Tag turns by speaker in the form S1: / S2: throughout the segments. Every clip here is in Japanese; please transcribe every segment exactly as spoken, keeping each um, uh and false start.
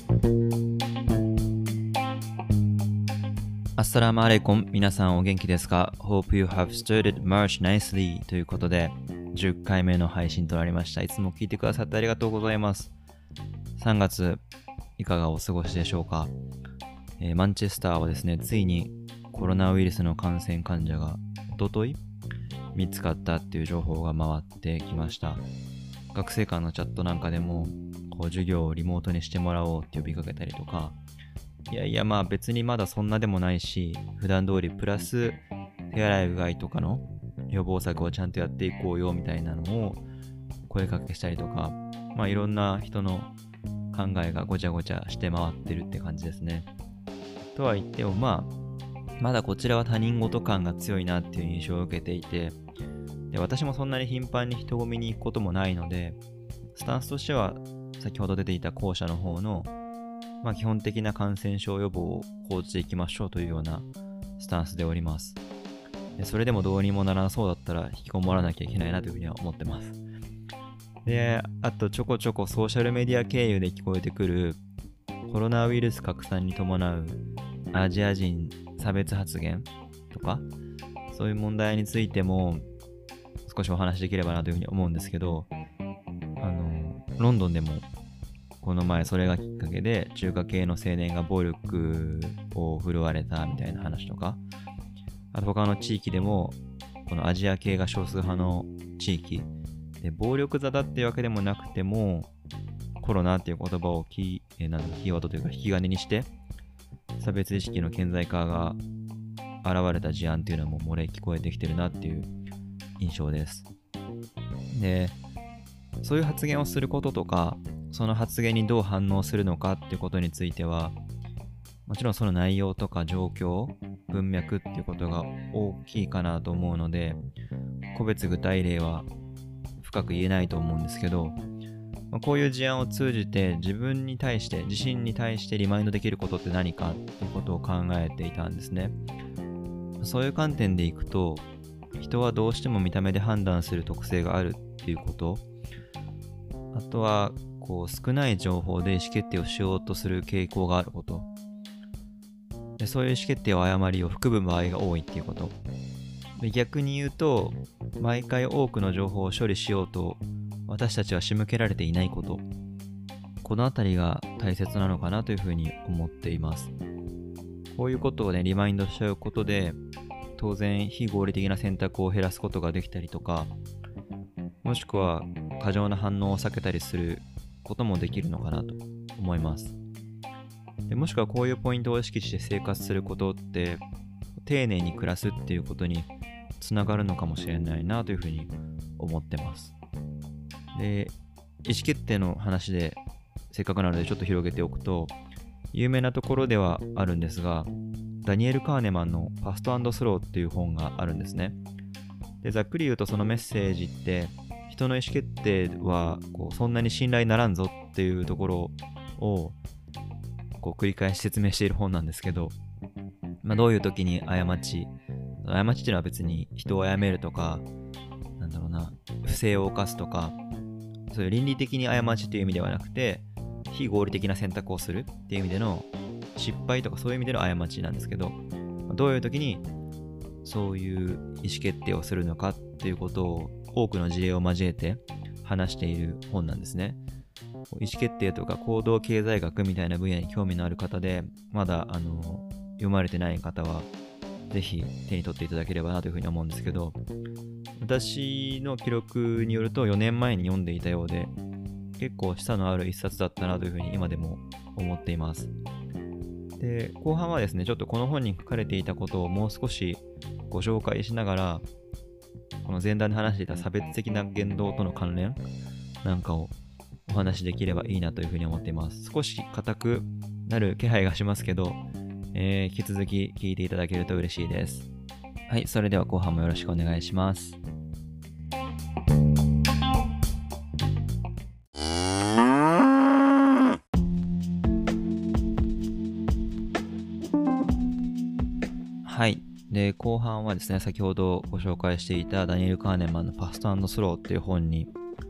S1: アッサラムアレイコン、皆さんお元気ですか？ Hope you have started March nicely ということでじゅっかいめの配信となりました。いつも聞いてくださってありがとうございます。さんがついかがお過ごしでしょうか？えー、マンチェスターはですね、ついにコロナウイルスの感染患者がおととい見つかったっていう情報が回ってきました。学生間のチャットなんかでもこう授業をリモートにしてもらおうって呼びかけたりとか、いやいやまあ別にまだそんなでもないし、普段通りプラス手洗いうがいとかの予防策をちゃんとやっていこうよみたいなのを声かけしたりとか、まあいろんな人の考えがごちゃごちゃして回ってるって感じですね。とは言ってもまあまだこちらは他人事感が強いなっていう印象を受けていて、で私もそんなに頻繁に人混みに行くこともないので、スタンスとしては先ほど出ていた後者の方のまあ、基本的な感染症予防を講じていきましょうというようなスタンスでおります。でそれでもどうにもならなそうだったら引きこもらなきゃいけないなというふうには思ってます。で、あとちょこちょこソーシャルメディア経由で聞こえてくるコロナウイルス拡散に伴うアジア人差別発言とか、そういう問題についても少しお話しできればなというふうに思うんですけど、あのロンドンでもこの前それがきっかけで中華系の青年が暴力を振るわれたみたいな話とか、あと他の地域でもこのアジア系が少数派の地域で暴力沙汰っていうわけでもなくてもコロナっていう言葉をキー、えー、なんだキーワードというか引き金にして差別意識の顕在化が現れた事案っていうのも漏れ聞こえてきてるなっていう印象です。で、そういう発言をすることとかその発言にどう反応するのかっていうことについては、もちろんその内容とか状況、文脈っていうことが大きいかなと思うので、個別具体例は深く言えないと思うんですけど、こういう事案を通じて自分に対して、自身に対してリマインドできることって何かっていうことを考えていたんですね。そういう観点でいくと、人はどうしても見た目で判断する特性があるっていうこと、あとはこう少ない情報で意思決定をしようとする傾向があること、でそういう意思決定は誤りを含む場合が多いっていうことで、逆に言うと毎回多くの情報を処理しようと私たちは仕向けられていないこと、このあたりが大切なのかなというふうに思っています。こういうことをねリマインドしちゃうことで当然非合理的な選択を減らすことができたりとか、もしくは過剰な反応を避けたりすることもできるのかなと思います。でもしくはこういうポイントを意識して生活することって丁寧に暮らすっていうことにつながるのかもしれないなというふうに思ってます。で、意思決定の話でせっかくなのでちょっと広げておくと、有名なところではあるんですが、ダニエル・カーネマンのファスト&スローっていう本があるんですね。で、ざっくり言うとそのメッセージって人の意思決定はこうそんなに信頼ならんぞっていうところをこう繰り返し説明している本なんですけど、まあ、どういう時に過ち過ちっていうのは別に人を殺めるとかなんだろうな不正を犯すとかそういう倫理的に過ちという意味ではなくて非合理的な選択をするっていう意味での失敗とかそういう意味での過ちなんですけど、どういう時にそういう意思決定をするのかっていうことを多くの事例を交えて話している本なんですね。意思決定とか行動経済学みたいな分野に興味のある方でまだあの読まれてない方はぜひ手に取っていただければなというふうに思うんですけど、私の記録によるとよねんまえに読んでいたようで結構示唆のある一冊だったなというふうに今でも思っています。で、後半はですねちょっとこの本に書かれていたことをもう少しご紹介しながら、この前段で話していた差別的な言動との関連なんかをお話しできればいいなというふうに思っています。少し硬くなる気配がしますけど、えー、引き続き聞いていただけると嬉しいです。はい、それでは後半もよろしくお願いします。はい。で、後半はですね、先ほどご紹介していたダニエル・カーネマンのファスト&スローっていう本に書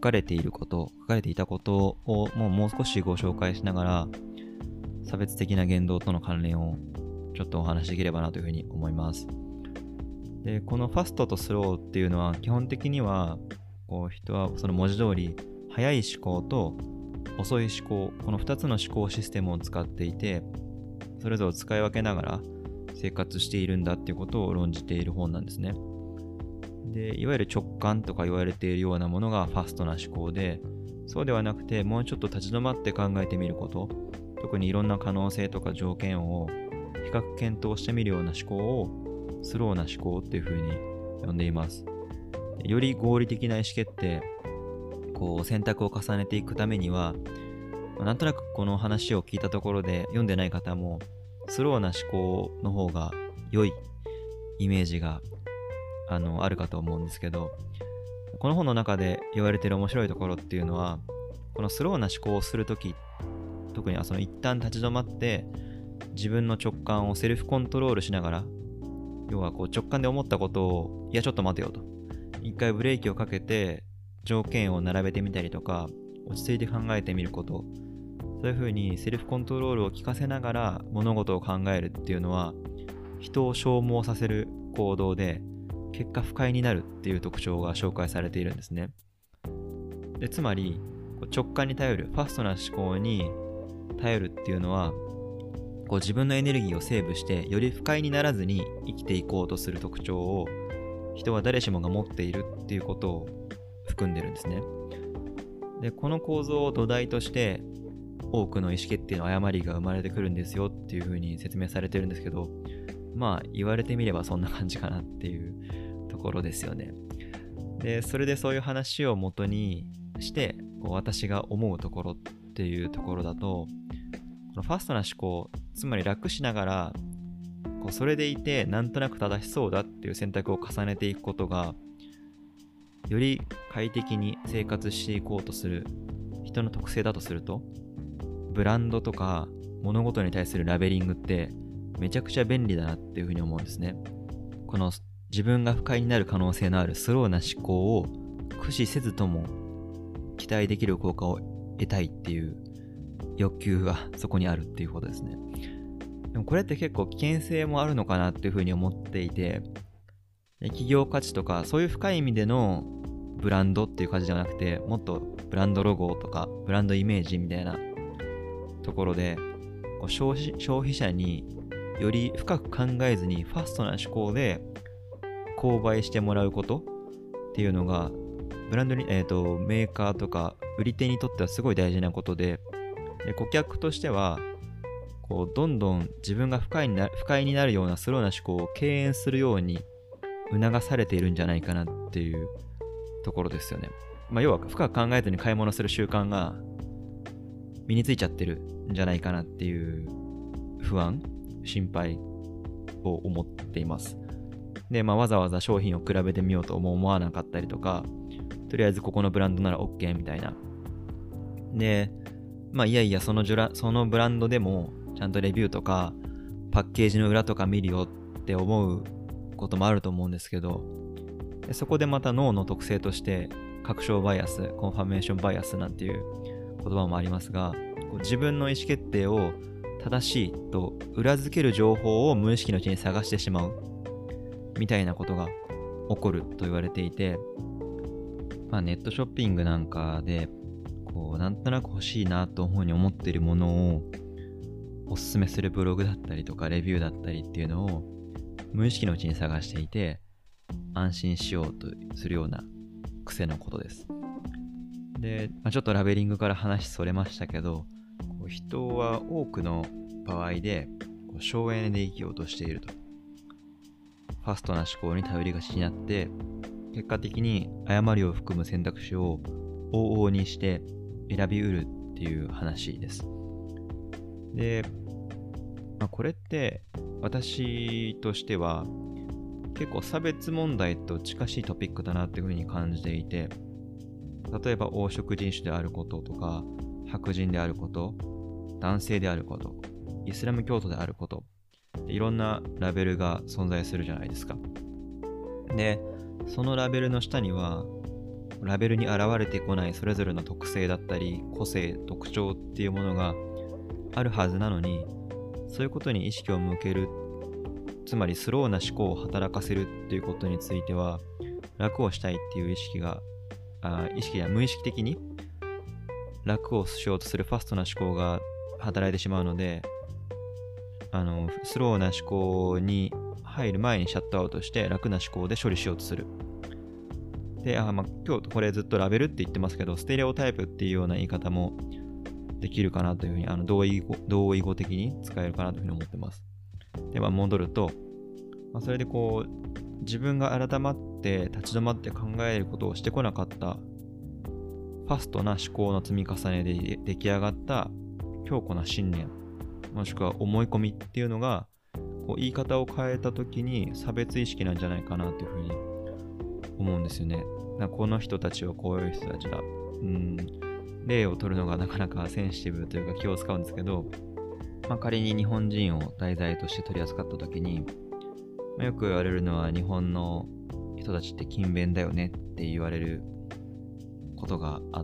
S1: かれていること、書かれていたことをもうもう少しご紹介しながら、差別的な言動との関連をちょっとお話しできればなというふうに思います。で、このファストとスローっていうのは基本的にはこう人はその文字通り速い思考と遅い思考、このふたつの思考システムを使っていて、それぞれ使い分けながら生活しているんだっていうことを論じている本なんですね。で、いわゆる直感とか言われているようなものがファストな思考で、そうではなくてもうちょっと立ち止まって考えてみること、特にいろんな可能性とか条件を比較検討してみるような思考をスローな思考っていうふうに呼んでいます。より合理的な意思決定、こう選択を重ねていくためには、なんとなくこの話を聞いたところで読んでない方もスローな思考の方が良いイメージが あの、あるかと思うんですけど、この本の中で言われている面白いところっていうのは、このスローな思考をするとき、特にその一旦立ち止まって自分の直感をセルフコントロールしながら、要はこう直感で思ったことを、いやちょっと待てよと、一回ブレーキをかけて条件を並べてみたりとか、落ち着いて考えてみること、そういうふうにセルフコントロールを効かせながら物事を考えるっていうのは、人を消耗させる行動で結果不快になるっていう特徴が紹介されているんですね。で、つまり直感に頼る、ファストな思考に頼るっていうのは、こう自分のエネルギーをセーブしてより不快にならずに生きていこうとする特徴を人は誰しもが持っているっていうことを含んでるんですね。で、この構造を土台として多くの意思決定の誤りが生まれてくるんですよっていうふうに説明されてるんですけど、まあ言われてみればそんな感じかなっていうところですよね。で、それでそういう話を元にしてこう私が思うところっていうところだと、このファストな思考、つまり楽しながらこうそれでいてなんとなく正しそうだっていう選択を重ねていくことが、より快適に生活していこうとする人の特性だとすると、ブランドとか物事に対するラベリングってめちゃくちゃ便利だなっていうふうに思うんですね。この自分が不快になる可能性のあるスローな思考を駆使せずとも期待できる効果を得たいっていう欲求がそこにあるっていうことですね。でもこれって結構危険性もあるのかなっていうふうに思っていて、企業価値とかそういう深い意味でのブランドっていう感じではなくて、もっとブランドロゴとかブランドイメージみたいなところで、こう消費、消費者により深く考えずにファストな思考で購買してもらうことっていうのがブランドに、えーと、メーカーとか売り手にとってはすごい大事なことで、で顧客としてはこうどんどん自分が不快にな、不快になるようなスローな思考を敬遠するように促されているんじゃないかなっていうところですよね。まあ、要は深く考えずに買い物する習慣が身についちゃってるんじゃないかなっていう不安、心配を思っています。で、まあ、わざわざ商品を比べてみようとも思わなかったりとか、とりあえずここのブランドなら OK みたいな。で、まあいやいやそのジュラ、そのブランドでもちゃんとレビューとかパッケージの裏とか見るよって思うこともあると思うんですけど、でそこでまた脳の特性として確証バイアス、コンファメーションバイアスなんていう言葉もありますが、こう自分の意思決定を正しいと裏付ける情報を無意識のうちに探してしまうみたいなことが起こると言われていて、まあ、ネットショッピングなんかでこうなんとなく欲しいなというふうに思っているものをおすすめするブログだったりとかレビューだったりっていうのを無意識のうちに探していて安心しようとするような癖のことです。で、まあ、ちょっとラベリングから話それましたけど、こう人は多くの場合でこう省エネで生きようとしていると。ファストな思考に頼りがちになって結果的に誤りを含む選択肢を往々にして選びうるっていう話です。で、まあ、これって私としては結構差別問題と近しいトピックだなっていうふうに感じていて、例えば黄色人種であることとか白人であること、男性であること、イスラム教徒であること、いろんなラベルが存在するじゃないですか。で、そのラベルの下にはラベルに現れてこないそれぞれの特性だったり個性、特徴っていうものがあるはずなのに、そういうことに意識を向ける、つまりスローな思考を働かせるっていうことについては、楽をしたいっていう意識があ意識や無意識的に楽をしようとするファストな思考が働いてしまうので、あのスローな思考に入る前にシャットアウトして楽な思考で処理しようとする。で、あ、まあ、今日これずっとラベルって言ってますけど、ステレオタイプっていうような言い方もできるかなというふうに、あの同意語、同意語的に使えるかなというふうに思ってます。で、まあ、戻ると、まあ、それでこう自分が改まって立ち止まって考えることをしてこなかったファストな思考の積み重ねで出来上がった強固な信念、もしくは思い込みっていうのが、こう言い方を変えた時に差別意識なんじゃないかなというふうに思うんですよね。この人たちはこういう人たちだ。うん、例を取るのがなかなかセンシティブというか気を使うんですけど、まあ、仮に日本人を題材として取り扱った時に、まあ、よく言われるのは日本の人たちって勤勉だよねって言われることがあって、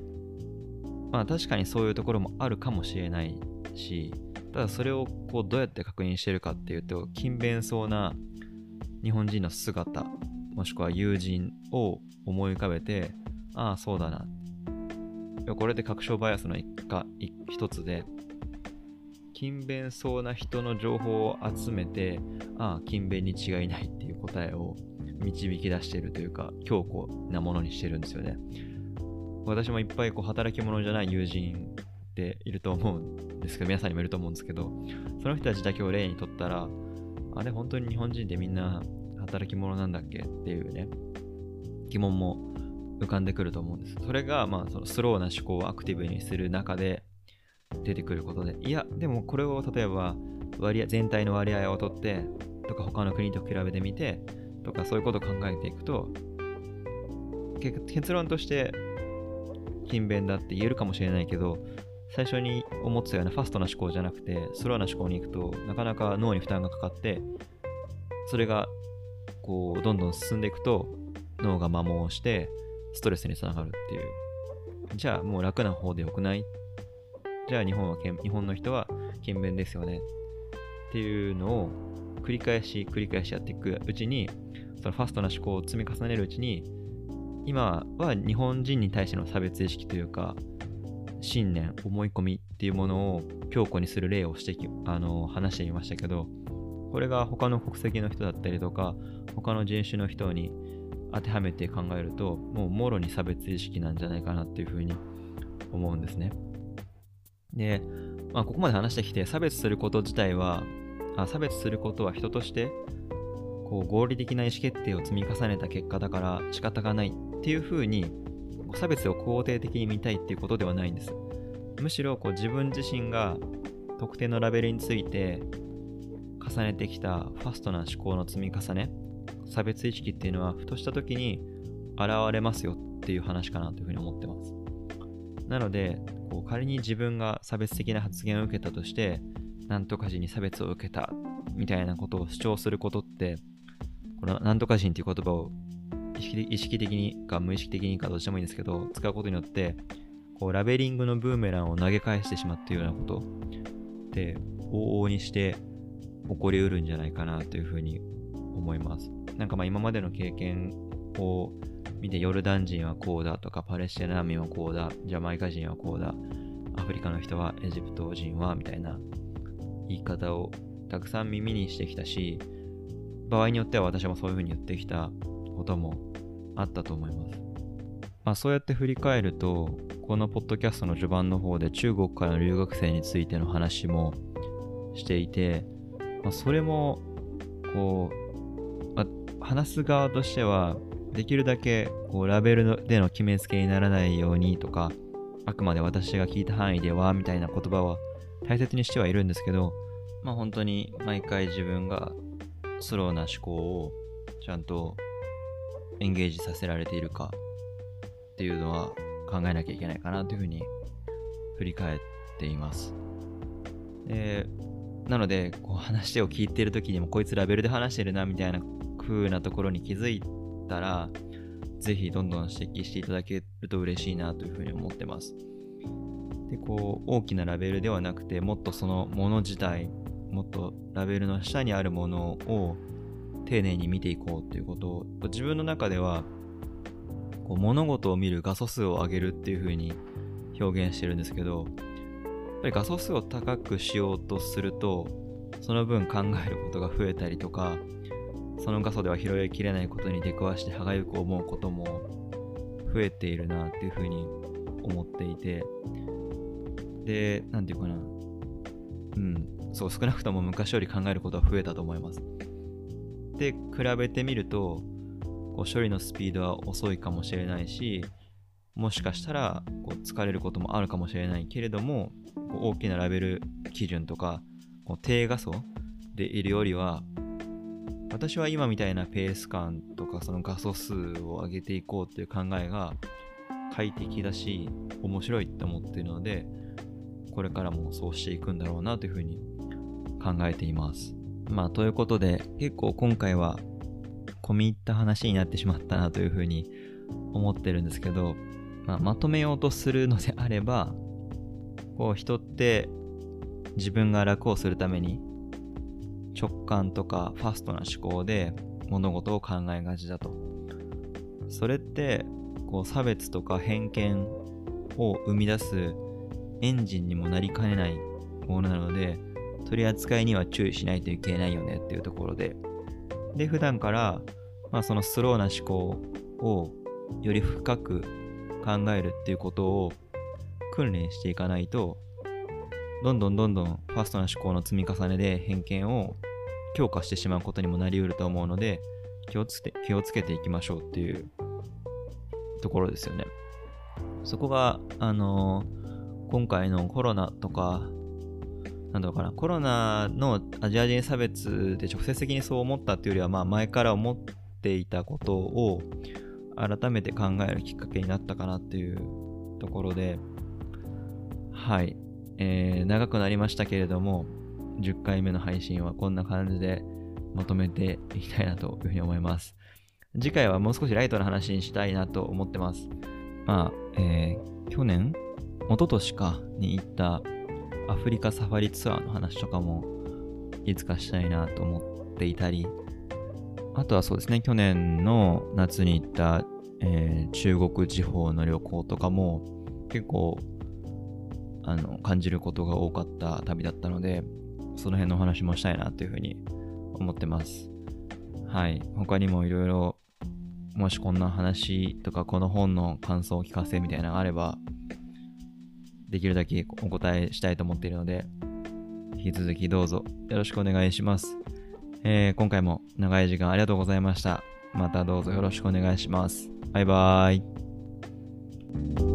S1: まあ確かにそういうところもあるかもしれないし、ただそれをこうどうやって確認してるかっていうと、勤勉そうな日本人の姿、もしくは友人を思い浮かべて、ああそうだな、これで確証バイアスの一か一つで、勤勉そうな人の情報を集めて、ああ勤勉に違いないっていう答えを導き出しているというか、強固なものにしてるんですよね。私もいっぱいこう働き者じゃない友人っていると思うんですけど、皆さんにもいると思うんですけど、その人たちだけを例にとったら、あれ本当に日本人ってみんな働き者なんだっけっていうね、疑問も浮かんでくると思うんです。それがまあそのスローな思考をアクティブにする中で出てくることで、いやでもこれを例えば割合全体の割合を取ってとか、他の国と比べてみてとか、そういうことを考えていくと、結論として勤勉だって言えるかもしれないけど、最初に思ってたようなファストな思考じゃなくてスローな思考に行くと、なかなか脳に負担がかかって、それがこうどんどん進んでいくと脳が摩耗してストレスにつながるっていう。じゃあもう楽な方でよくない？じゃあ日本は日本の人は勤勉ですよねっていうのを繰り返し繰り返しやっていくうちに、そのファストな思考を積み重ねるうちに、今は日本人に対しての差別意識というか信念、思い込みっていうものを強固にする例をしてきあの話してみましたけど、これが他の国籍の人だったりとか他の人種の人に当てはめて考えると、もうもろに差別意識なんじゃないかなっていうふうに思うんですね。で、まあ、ここまで話してきて、差別すること自体はあ差別することは人としてこう合理的な意思決定を積み重ねた結果だから仕方がないっていうふうに、差別を肯定的に見たいっていうことではないんです。むしろこう自分自身が特定のラベルについて重ねてきたファストな思考の積み重ね、差別意識っていうのはふとした時に現れますよっていう話かなというふうに思ってます。なのでこう仮に自分が差別的な発言を受けたとして、なんとか人に差別を受けたみたいなことを主張することって、このなんとか人っていう言葉を意識的、意識的にか無意識的にかどうしてもいいんですけど、使うことによってこうラベリングのブーメランを投げ返してしまっているようなことって往々にして起こりうるんじゃないかなというふうに思います。なんかまあ今までの経験を見て、ヨルダン人はこうだとか、パレスチナ難民はこうだ、ジャマイカ人はこうだ、アフリカの人はエジプト人はみたいな言い方をたくさん耳にしてきたし、場合によっては私もそういうふうに言ってきたこともあったと思います。まあそうやって振り返ると、このポッドキャストの序盤の方で中国からの留学生についての話もしていて、まあ、それもこう、まあ、話す側としてはできるだけこうラベルでの決めつけにならないようにとか、あくまで私が聞いた範囲ではみたいな言葉は大切にしてはいるんですけど、まあ本当に毎回自分がスローな思考をちゃんとエンゲージさせられているかっていうのは考えなきゃいけないかなというふうに振り返っています。でなのでこう話を聞いている時にも、こいつラベルで話してるなみたいな風なところに気づいたら、 ぜひどんどん指摘していただけると嬉しいなというふうに思ってます。で、こう大きなラベルではなくて、もっとそのもの自体、もっとラベルの下にあるものを丁寧に見ていこうということを、自分の中ではこう物事を見る画素数を上げるっていうふうに表現してるんですけど、やっぱり画素数を高くしようとすると、その分考えることが増えたりとか、その画素では拾いきれないことに出くわして歯がゆく思うことも増えているなっていうふうに思っていて、で、なんていうかな、うん、そう、少なくとも昔より考えることは増えたと思います。で、比べてみると、こう処理のスピードは遅いかもしれないし、もしかしたらこう疲れることもあるかもしれないけれども、こう大きなラベル基準とかこう低画素でいるよりは、私は今みたいなペース感とかその画素数を上げていこうっていう考えが快適だし面白いって思っているので、これからもそうしていくんだろうなというふうに考えています。まあということで、結構今回は込み入った話になってしまったなというふうに思ってるんですけど、まあ、まとめようとするのであれば、こう人って自分が楽をするために直感とかファストな思考で物事を考えがちだと。それってこう差別とか偏見を生み出すエンジンにもなりかねないものなので、取り扱いには注意しないといけないよねっていうところで、で普段から、まあ、そのスローな思考をより深く考えるっていうことを訓練していかないと、どんどんどんどんファストな思考の積み重ねで偏見を強化してしまうことにもなりうると思うので、気をつけ、気をつけていきましょうっていうところですよね。そこが、あのー、今回のコロナとか、なんだろうかな、コロナのアジア人差別で直接的にそう思ったっていうよりは、まあ前から思っていたことを改めて考えるきっかけになったかなっていうところで、はい、えー、長くなりましたけれども、じゅっかいめの配信はこんな感じでまとめていきたいなというふうに思います。次回はもう少しライトな話にしたいなと思ってます。まあ、えー、去年、一昨年かに行ったアフリカサファリツアーの話とかもいつかしたいなと思っていたり、あとはそうですね、去年の夏に行った、えー、中国地方の旅行とかも結構あの感じることが多かった旅だったので、その辺のお話もしたいなというふうに思ってます。はい、他にもいろいろ、もしこんな話とかこの本の感想を聞かせみたいなのがあれば、できるだけお答えしたいと思っているので、引き続きどうぞよろしくお願いします。えー、今回も長い時間ありがとうございました。またどうぞよろしくお願いします。バイバーイ。